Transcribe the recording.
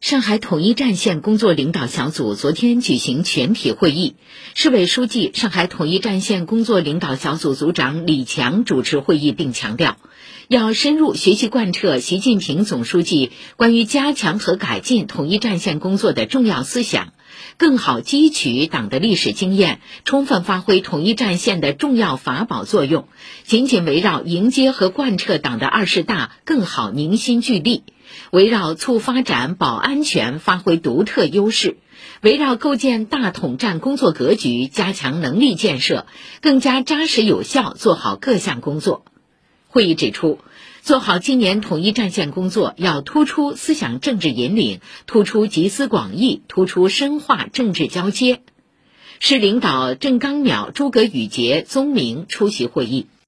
上海统一战线工作领导小组昨天举行全体会议，市委书记、上海统一战线工作领导小组组长李强主持会议并强调，要深入学习贯彻习近平总书记关于加强和改进统一战线工作的重要思想，更好汲取党的历史经验，充分发挥统一战线的重要法宝作用，紧紧围绕迎接和贯彻党的20大更好凝心聚力，围绕促发展保安全发挥独特优势，围绕构建大统战工作格局加强能力建设，更加扎实有效做好各项工作。会议指出，做好今年统一战线工作要突出思想政治引领，突出集思广益，突出深化政治交接。市领导郑刚淼、诸葛宇杰、宗明出席会议。